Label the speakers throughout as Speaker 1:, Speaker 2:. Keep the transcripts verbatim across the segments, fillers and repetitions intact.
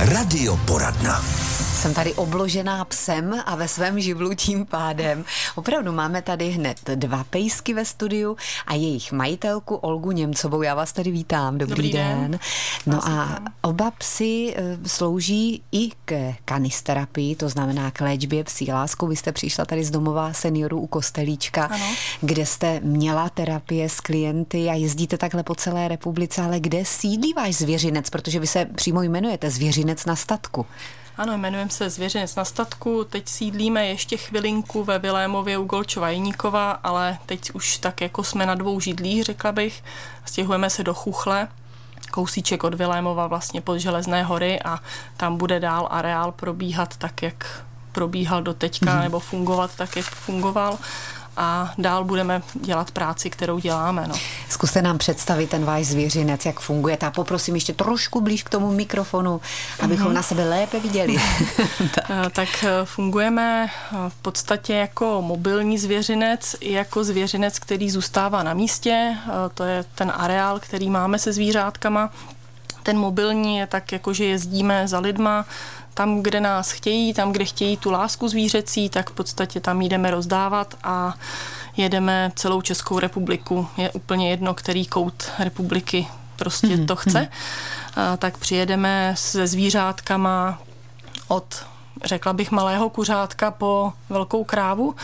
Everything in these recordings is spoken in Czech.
Speaker 1: Radioporadna.
Speaker 2: Jsem tady obložená psem a ve svém živlu tím pádem. Opravdu máme tady hned dva pejsky ve studiu a jejich majitelku Olgu Němcovou. Já vás tady vítám. Dobrý, Dobrý den. den. No a oba psy slouží i k kanisterapii, to znamená k léčbě psí láskou. Vy jste přišla tady z domova seniorů u Kostelíčka, ano. kde jste měla terapie s klienty a jezdíte takhle po celé republice, ale kde sídlí váš zvěřinec, protože vy se přímo jmenujete Zvěřinec na statku.
Speaker 3: Ano, jmenujeme se Zvěřinec na statku, teď sídlíme ještě chvilinku ve Vilémově u Golčova Jeníkova, ale teď už tak jako jsme na dvou židlích, řekla bych. Stěhujeme se do Chuchle, kousíček od Vilémova vlastně pod Železné hory a tam bude dál areál probíhat tak, jak probíhal doteďka, mm. nebo fungovat tak, jak fungoval. A dál budeme dělat práci, kterou děláme. No. Zkuste
Speaker 2: nám představit ten váš zvěřinec, jak funguje. Já poprosím ještě trošku blíž k tomu mikrofonu, abychom mm-hmm. na sebe lépe viděli.
Speaker 3: tak. tak fungujeme v podstatě jako mobilní zvěřinec, i jako zvěřinec, který zůstává na místě. To je ten areál, který máme se zvířátkama. Ten mobilní je tak, jako že jezdíme za lidma, tam, kde nás chtějí, tam, kde chtějí tu lásku zvířecí, tak v podstatě tam jdeme rozdávat a jedeme celou Českou republiku. Je úplně jedno, který kout republiky prostě mm-hmm. to chce. A tak přijedeme se zvířátkama od, řekla bych, malého kuřátka po velkou krávu.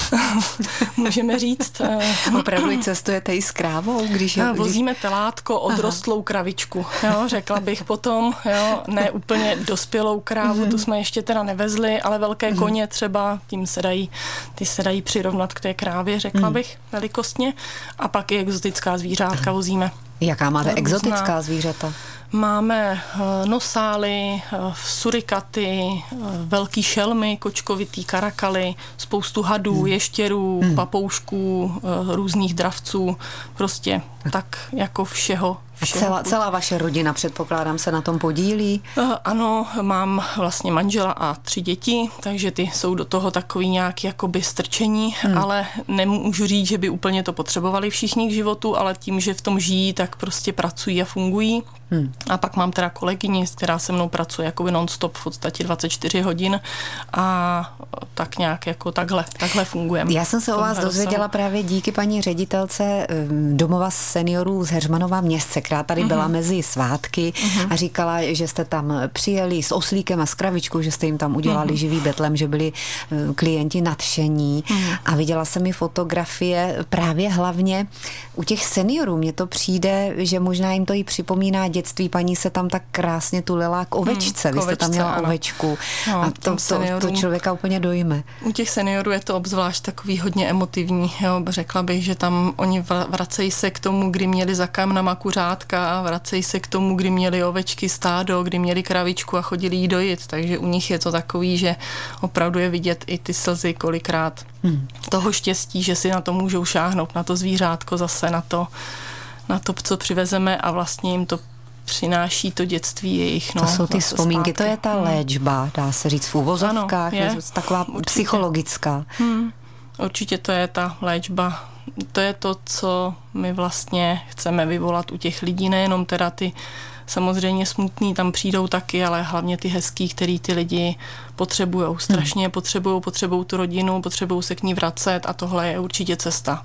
Speaker 3: Můžeme říct.
Speaker 2: Opravdu cestujete i s krávou? Když je,
Speaker 3: Vozíme telátko, odrostlou kravičku, jo, řekla bych potom, jo, ne úplně dospělou krávu, mm-hmm. tu jsme ještě teda nevezli, ale velké mm-hmm. koně třeba, tím se dají, ty se dají přirovnat k té krávě, řekla mm. bych, velikostně. A pak i exotická zvířátka vozíme.
Speaker 2: Jaká máte exotická zvířata?
Speaker 3: Máme nosály, surikaty, velký šelmy, kočkovitý, karakaly, spoustu hadů, hmm. ještěrů, hmm. papoušků, různých dravců, prostě tak jako všeho. všeho.
Speaker 2: Celá, celá vaše rodina, předpokládám, se na tom podílí?
Speaker 3: Ano, mám vlastně manžela a tři děti, takže ty jsou do toho takový nějaký jakoby strčení, hmm. ale nemůžu říct, že by úplně to potřebovali všichni k životu, ale tím, že v tom žijí, tak prostě pracují a fungují. Hmm. A pak mám teda kolegyni, která se mnou pracuje jakoby non-stop v podstatě dvacet čtyři hodin a tak nějak jako takhle, takhle fungujeme.
Speaker 2: Já jsem se o vás dozvěděla právě díky paní ředitelce domova seniorů z Heřmanova Městce, která tady byla uh-huh. mezi svátky uh-huh. a říkala, že jste tam přijeli s oslíkem a s kravičkou, že jste jim tam udělali uh-huh. živý betlem, že byli klienti nadšení uh-huh. a viděla jsem i fotografie právě hlavně u těch seniorů. Mně to přijde, že možná jim to i připomíná dětství. Paní se tam tak krásně tulila k ovečce. Hmm, Vy jste tam měla ano. ovečku no, a to, to, to člověka úplně dojme.
Speaker 3: U těch seniorů je to obzvlášť takový hodně emotivní. Jo. Řekla bych, že tam oni vracejí se k tomu, kdy měli za kamnama kuřátka, vracejí se k tomu, kdy měli ovečky stádo, kdy měli kravičku a chodili jí dojit. Takže u nich je to takový, že opravdu je vidět i ty slzy kolikrát hmm. toho štěstí, že si na to můžou šáhnout, na to zvířátko zase, na to, na to, co přivezeme a vlastně jim to přináší to dětství jejich. No,
Speaker 2: to jsou ty vzpomínky, to je ta léčba, dá se říct v úvozovkách, ano, je, je taková určitě. Psychologická.
Speaker 3: Hmm. Určitě to je ta léčba. To je to, co my vlastně chceme vyvolat u těch lidí, nejenom teda ty samozřejmě smutný tam přijdou taky, ale hlavně ty hezký, který ty lidi potřebujou. Strašně hmm. potřebujou, potřebují tu rodinu, potřebují se k ní vracet a tohle je určitě cesta.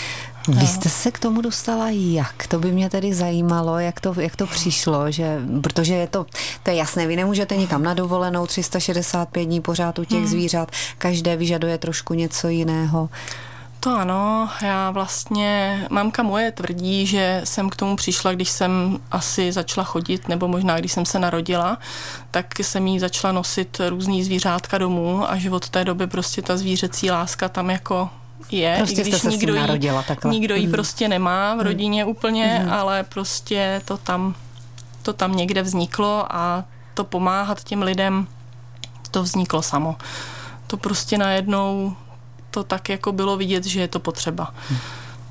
Speaker 2: Vy jste se k tomu dostala jak? To by mě tedy zajímalo, jak to, jak to přišlo, že, protože je to, to je jasné, vy nemůžete nikam na dovolenou tři sta šedesát pět dní pořád u těch hmm. zvířat, každé vyžaduje trošku něco jiného.
Speaker 3: To ano, já vlastně, mamka moje tvrdí, že jsem k tomu přišla, když jsem asi začala chodit, nebo možná když jsem se narodila, tak jsem jí začala nosit různý zvířátka domů a že od té doby prostě ta zvířecí láska tam jako je,
Speaker 2: prostě
Speaker 3: i když nikdo, jí, nikdo jí prostě nemá v rodině mm. úplně, mm. ale prostě to tam, to tam někde vzniklo a to pomáhat těm lidem, to vzniklo samo. To prostě najednou to tak jako bylo vidět, že je to potřeba.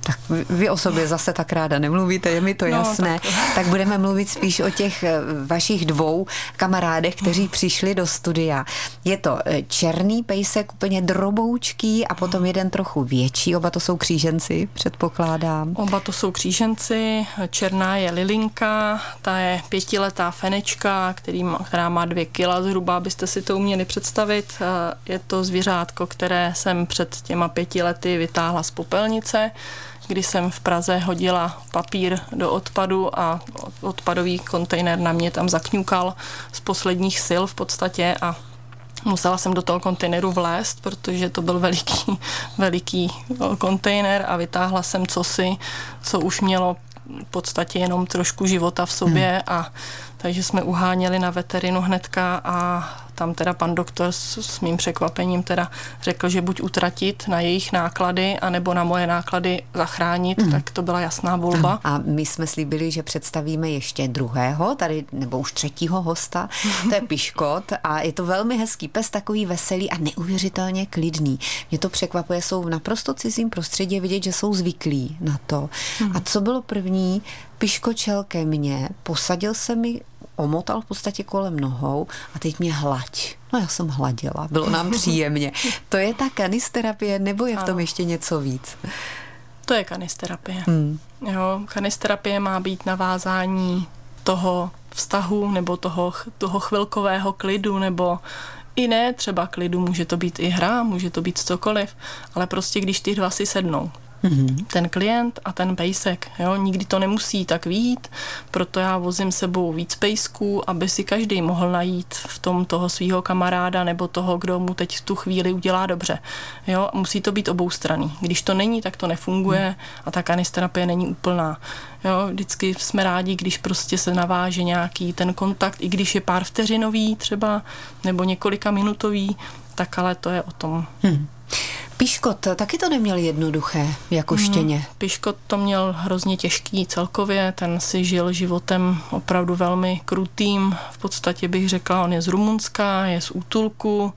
Speaker 2: Tak vy o sobě zase tak ráda nemluvíte, je mi to jasné. No, tak... tak budeme mluvit spíš o těch vašich dvou kamarádech, kteří přišli do studia. Je to černý pejsek, úplně droboučký a potom jeden trochu větší. Oba to jsou kříženci, předpokládám.
Speaker 3: Oba to jsou kříženci. Černá je Lilinka, ta je pětiletá fenečka, který má, která má dvě kila zhruba, abyste si to uměli představit. Je to zvířátko, které jsem před těma pěti lety vytáhla z popelnice, kdy jsem v Praze hodila papír do odpadu a odpadový kontejner na mě tam zakňukal z posledních sil v podstatě a musela jsem do toho kontejneru vlézt, protože to byl veliký, veliký kontejner a vytáhla jsem cosi, co už mělo v podstatě jenom trošku života v sobě hmm. a takže jsme uháněli na veterinu hnedka a tam teda pan doktor s, s mým překvapením teda řekl, že buď utratit na jejich náklady, anebo na moje náklady zachránit, mm. tak to byla jasná volba.
Speaker 2: A my jsme slíbili, že představíme ještě druhého, tady nebo už třetího hosta, to je Piškot a je to velmi hezký pes, takový veselý a neuvěřitelně klidný. Mě to překvapuje, jsou v naprosto cizím prostředí vidět, že jsou zvyklí na to. Mm. A co bylo první? Piškot šel ke mně, posadil se mi, omotal v podstatě kolem nohou a teď mě hlaď. No já jsem hladila, bylo nám příjemně. To je ta kanisterapie, nebo je v tom ano. ještě něco víc?
Speaker 3: To je kanisterapie. Hmm. Jo, kanisterapie má být navázání toho vztahu nebo toho, toho chvilkového klidu nebo i ne třeba klidu, může to být i hra, může to být cokoliv, ale prostě když ty dva si sednou. Mm-hmm. Ten klient a ten pejsek. Jo? Nikdy to nemusí tak vyjít, proto já vozím sebou víc pejsků, aby si každý mohl najít v tom toho svého kamaráda nebo toho, kdo mu teď v tu chvíli udělá dobře. Jo? Musí to být oboustranný. Když to není, tak to nefunguje mm. a ta kanisterapie není úplná. Jo? Vždycky jsme rádi, když prostě se naváže nějaký ten kontakt, i když je pár vteřinový třeba, nebo několika minutový, tak ale to je o tom. Mm.
Speaker 2: Piškot taky to neměl jednoduché, jako štěně. Hmm,
Speaker 3: Piškot to měl hrozně těžký celkově, ten si žil životem opravdu velmi krutým. V podstatě bych řekla, on je z Rumunska, je z útulku,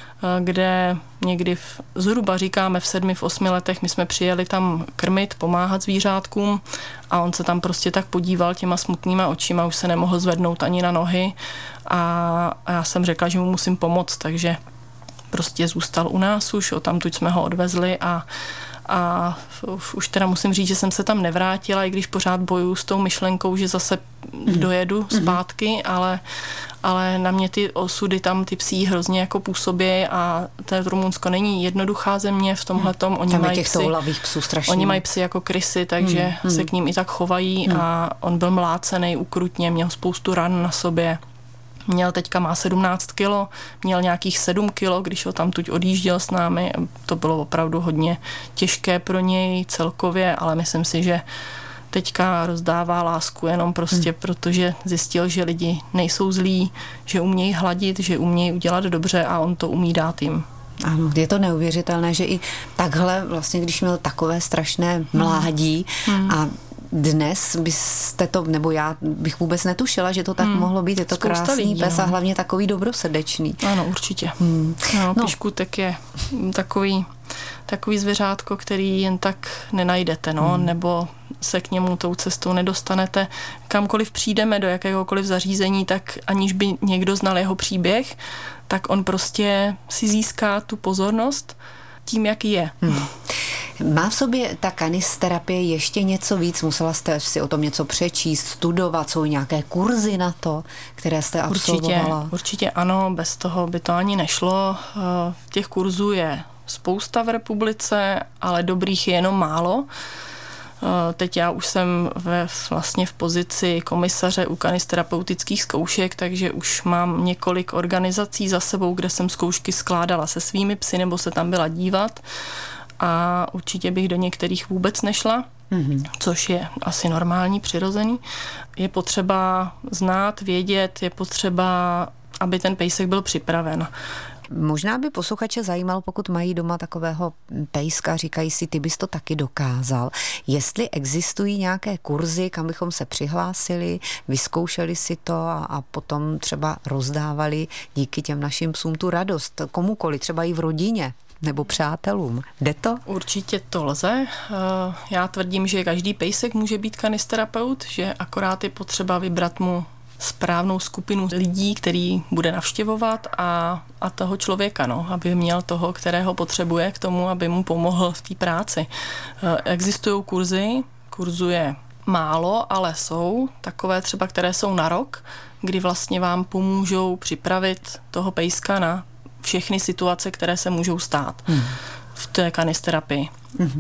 Speaker 3: kde někdy v, zhruba říkáme v sedmi, v osmi letech my jsme přijeli tam krmit, pomáhat zvířátkům a on se tam prostě tak podíval těma smutnýma očima, už se nemohl zvednout ani na nohy a, a já jsem řekla, že mu musím pomoct, takže prostě zůstal u nás už, odtamtud jsme ho odvezli a, a už teda musím říct, že jsem se tam nevrátila, i když pořád bojuju s tou myšlenkou, že zase dojedu zpátky, ale, ale na mě ty osudy tam, ty psí hrozně jako působí a to Rumunsko není jednoduchá země v tomhletom. Oni
Speaker 2: tam
Speaker 3: mají
Speaker 2: je těch toulavých psů strašně.
Speaker 3: Oni mají psy jako krysy, takže hmm. se k ním i tak chovají hmm. a on byl mlácený ukrutně, měl spoustu ran na sobě. Měl teďka má sedmnáct kilo, měl nějakých sedm kilo, když ho tam tuď odjížděl s námi. To bylo opravdu hodně těžké pro něj celkově, ale myslím si, že teďka rozdává lásku jenom prostě, hmm. protože zjistil, že lidi nejsou zlí, že umějí hladit, že umějí udělat dobře a on to umí dát jim.
Speaker 2: Ano, je to neuvěřitelné, že i takhle vlastně, když měl takové strašné mládí hmm. a dnes byste to, nebo já bych vůbec netušila, že to tak hmm. mohlo být. Je to Spousta krásný lidí, pes no. a hlavně takový dobrosrdečný.
Speaker 3: Ano, určitě. Hmm. No, no. Piškutek je takový, takový zvěřátko, který jen tak nenajdete, no, hmm. nebo se k němu tou cestou nedostanete. Kamkoliv přijdeme do jakéhokoliv zařízení, tak aniž by někdo znal jeho příběh, tak on prostě si získá tu pozornost tím, jaký je. Hmm.
Speaker 2: Má v sobě ta kanisterapie ještě něco víc? Musela jste si o tom něco přečíst, studovat? Jsou nějaké kurzy na to, které jste absolvovala?
Speaker 3: Určitě, určitě ano, bez toho by to ani nešlo. Těch kurzů je spousta v republice, ale dobrých je jenom málo. Teď já už jsem ve, vlastně v pozici komisaře u kanisterapeutických zkoušek, takže už mám několik organizací za sebou, kde jsem zkoušky skládala se svými psy nebo se tam byla dívat. A určitě bych do některých vůbec nešla, mm-hmm. což je asi normální, přirozený. Je potřeba znát, vědět, je potřeba, aby ten pejsek byl připraven.
Speaker 2: Možná by posluchače zajímalo, pokud mají doma takového pejska, říkají si, ty bys to taky dokázal. Jestli existují nějaké kurzy, kam bychom se přihlásili, vyzkoušeli si to a, a potom třeba rozdávali díky těm našim psům tu radost komukoli, třeba i v rodině. nebo přátelům. Jde to?
Speaker 3: Určitě to lze. Já tvrdím, že každý pejsek může být kanisterapeut, že akorát je potřeba vybrat mu správnou skupinu lidí, který bude navštěvovat a, a toho člověka, no, aby měl toho, kterého potřebuje k tomu, aby mu pomohl v té práci. Existují kurzy, kurzu je málo, ale jsou takové třeba, které jsou na rok, kdy vlastně vám pomůžou připravit toho pejska na všechny situace, které se můžou stát hmm. v té kanisterapii. Hmm.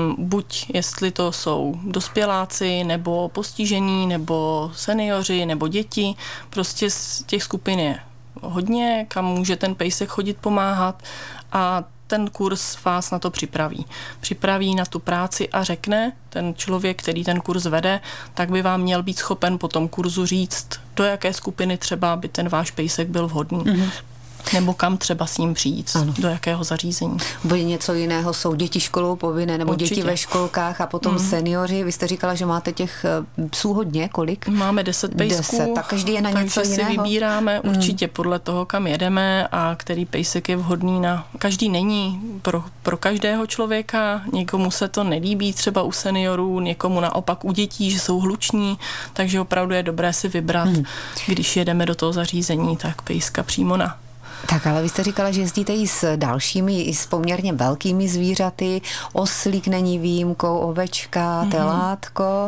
Speaker 3: Buď jestli to jsou dospěláci, nebo postižení, nebo seniori, nebo děti. Prostě z těch skupin je hodně, kam může ten pejsek chodit pomáhat a ten kurz vás na to připraví. Připraví na tu práci a řekne, ten člověk, který ten kurz vede, tak by vám měl být schopen po tom kurzu říct, do jaké skupiny třeba by ten váš pejsek byl vhodný. Mm-hmm. Nebo kam třeba s ním přijít, ano. do jakého zařízení.
Speaker 2: Bude něco jiného, jsou děti školou povinné, nebo Určitě. děti ve školkách a potom mm. seniori. Vy jste říkala, že máte těch psů hodně, kolik?
Speaker 3: Máme deset pejsků. Deset,
Speaker 2: tak každý je na něco
Speaker 3: takže
Speaker 2: jiného.
Speaker 3: Si vybíráme mm. určitě podle toho, kam jedeme a který pejsek je vhodný na... Každý není pro, pro každého člověka, někomu se to nelíbí, třeba u seniorů, někomu naopak u dětí, že jsou hluční, takže opravdu je dobré si vybrat, mm. když jedeme do toho zařízení, tak pejska přímo na.
Speaker 2: Tak ale vy jste říkala, že jezdíte i s dalšími, i s poměrně velkými zvířaty. Oslík není výjimkou, ovečka, telátko.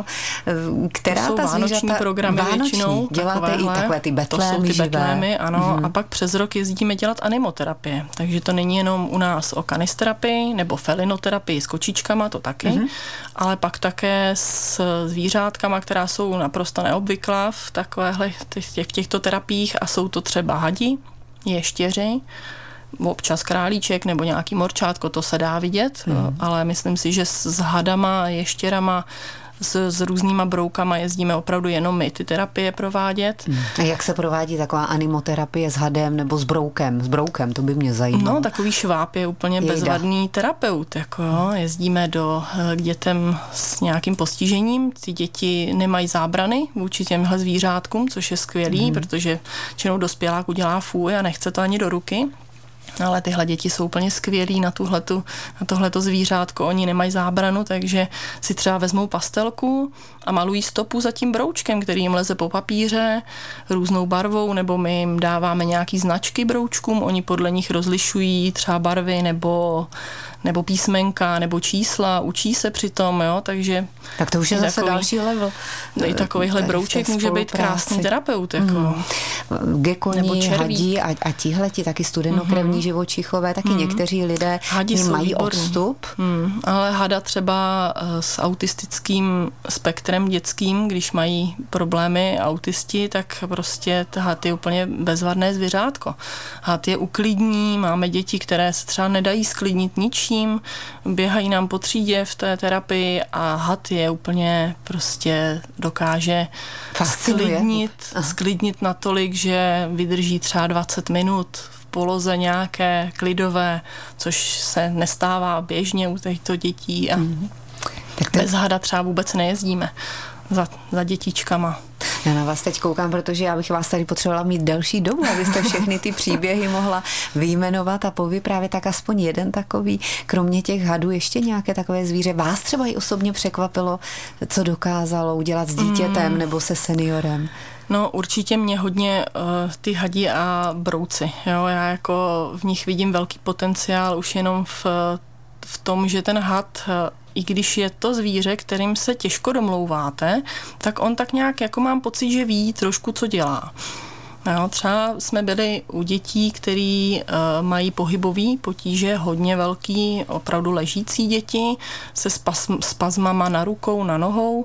Speaker 2: Která
Speaker 3: to jsou
Speaker 2: ta
Speaker 3: vánoční
Speaker 2: zvířata?
Speaker 3: programy
Speaker 2: Vánoční.
Speaker 3: Většinou.
Speaker 2: Děláte i takové ty betlémy.
Speaker 3: To jsou ty
Speaker 2: živé.
Speaker 3: betlémy, ano.
Speaker 2: Mm-hmm.
Speaker 3: A pak přes rok jezdíme dělat animoterapie. Takže to není jenom u nás o kanisterapii nebo felinoterapii s kočičkama, to taky. Mm-hmm. Ale pak také s zvířátkama, která jsou naprosto neobvyklá v takovéhle, v těchto terapiích a jsou to třeba hadi, ještěři, občas králíček nebo nějaký morčátko, to se dá vidět, mm. ale myslím si, že s hadama, ještěrama, s, s různýma broukama jezdíme opravdu jenom my ty terapie provádět.
Speaker 2: Mm. A jak se provádí taková animoterapie s hadem nebo s broukem? S broukem, to by mě zajímalo.
Speaker 3: No, takový šváb je úplně Jejda. bezvadný terapeut. Jako, jo. Jezdíme do, k dětem s nějakým postižením. Ty děti nemají zábrany vůči těmhle zvířátkům, což je skvělý, mm. protože čenou dospělák udělá fůj a nechce to ani do ruky. Ale tyhle děti jsou úplně skvělí na, tuhletu, na tohleto zvířátko, oni nemají zábranu, takže si třeba vezmou pastelku a malují stopu za tím broučkem, který jim leze po papíře různou barvou, nebo my jim dáváme nějaký značky broučkům, oni podle nich rozlišují třeba barvy nebo, nebo písmenka, nebo čísla, učí se přitom, jo, takže...
Speaker 2: Tak to už je zase
Speaker 3: takový,
Speaker 2: další level.
Speaker 3: I takovýhle brouček může být krásný terapeut, jako...
Speaker 2: Mm. Gekoni, hadí a, a tihleti taky studenokrevní mm-hmm. živočichové, taky mm. někteří lidé mají odstup.
Speaker 3: Mm. Ale hada třeba s autistickým spektrem dětským, když mají problémy autisti, tak prostě had je úplně bezvadné zvířátko. Had je uklidní, máme děti, které se třeba nedají sklidnit ničím, běhají nám po třídě v té terapii a had je úplně prostě dokáže sklidnit, sklidnit natolik, že vydrží třeba dvacet minut v poloze nějaké klidové, což se nestává běžně u těchto dětí a mm. tak to... bez hada třeba vůbec nejezdíme za, za dětičkama.
Speaker 2: Já na vás teď koukám, protože já bych vás tady potřebovala mít delší dobu, abyste všechny ty příběhy mohla vyjmenovat a povyprávět, tak aspoň jeden takový, kromě těch hadů, ještě nějaké takové zvíře. Vás třeba i osobně překvapilo, co dokázalo udělat s dítětem mm. nebo se seniorem?
Speaker 3: No určitě mě hodně uh, ty hadi a brouci. Jo? Já jako v nich vidím velký potenciál už jenom v, v tom, že ten had... Uh, i když je to zvíře, kterým se těžko domlouváte, tak on tak nějak, jako mám pocit, že ví trošku, co dělá. No, třeba jsme byli u dětí, který uh, mají pohybový potíže, hodně velký, opravdu ležící děti se spasm, spazmama na rukou, na nohou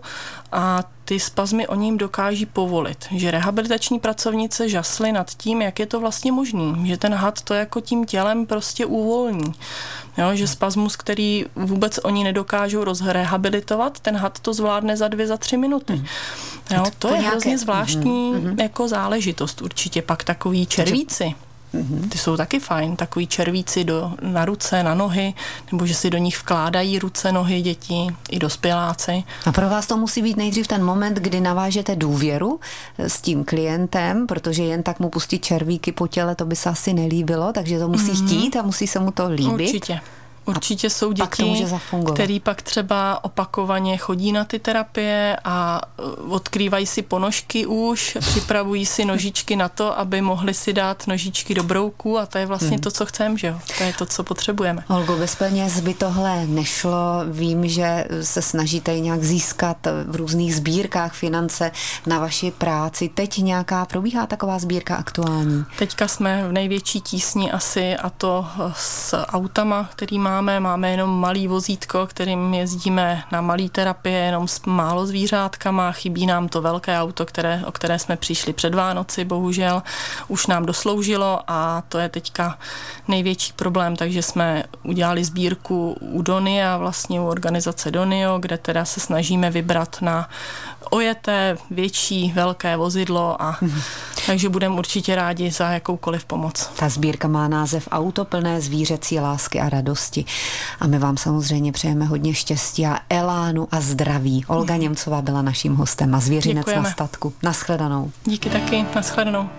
Speaker 3: a ty spazmy oni jim dokáží povolit. Že rehabilitační pracovnice žasly nad tím, jak je to vlastně možný, že ten had to jako tím tělem prostě uvolní. Jo, že spazmus, který vůbec oni nedokážou rozrehabilitovat, ten had to zvládne za dvě, za tři minuty. Mm. Jo, to je nějaké... hrozně zvláštní mm-hmm. jako záležitost určitě. Pak takový červíci. Mm-hmm. Ty jsou taky fajn, takový červíci do, na ruce, na nohy, nebo že si do nich vkládají ruce, nohy děti, i dospěláci.
Speaker 2: A pro vás to musí být nejdřív ten moment, kdy navážete důvěru s tím klientem, protože jen tak mu pustit červíky po těle, to by se asi nelíbilo, takže to musí mm-hmm. chtít a musí se mu to líbit.
Speaker 3: Určitě. Určitě jsou děti, který pak třeba opakovaně chodí na ty terapie a odkrývají si ponožky už, připravují si nožičky na to, aby mohli si dát nožičky do brouků a to je vlastně hmm. to, co chceme, že jo? To je to, co potřebujeme.
Speaker 2: Olgo, bez peněz by tohle nešlo. Vím, že se snažíte nějak získat v různých sbírkách finance na vaši práci. Teď nějaká probíhá taková sbírka aktuální?
Speaker 3: Teďka jsme v největší tísni asi a to s autama, který má Máme, máme jenom malý vozítko, kterým jezdíme na malý terapie, jenom s málo zvířátkama, chybí nám to velké auto, které, o které jsme přišli před Vánoci, bohužel už nám dosloužilo a to je teďka největší problém, takže jsme udělali sbírku u Donia, vlastně u organizace Donio, kde teda se snažíme vybrat na ojeté, větší, velké vozidlo a mm. takže budeme určitě rádi za jakoukoliv pomoc.
Speaker 2: Ta sbírka má název Auto plné zvířecí lásky a radosti. A my vám samozřejmě přejeme hodně štěstí a elánu a zdraví. Olga Němcová byla naším hostem a Zvěřinec Děkujeme. Na statku. Naschledanou.
Speaker 3: Díky taky, naschledanou.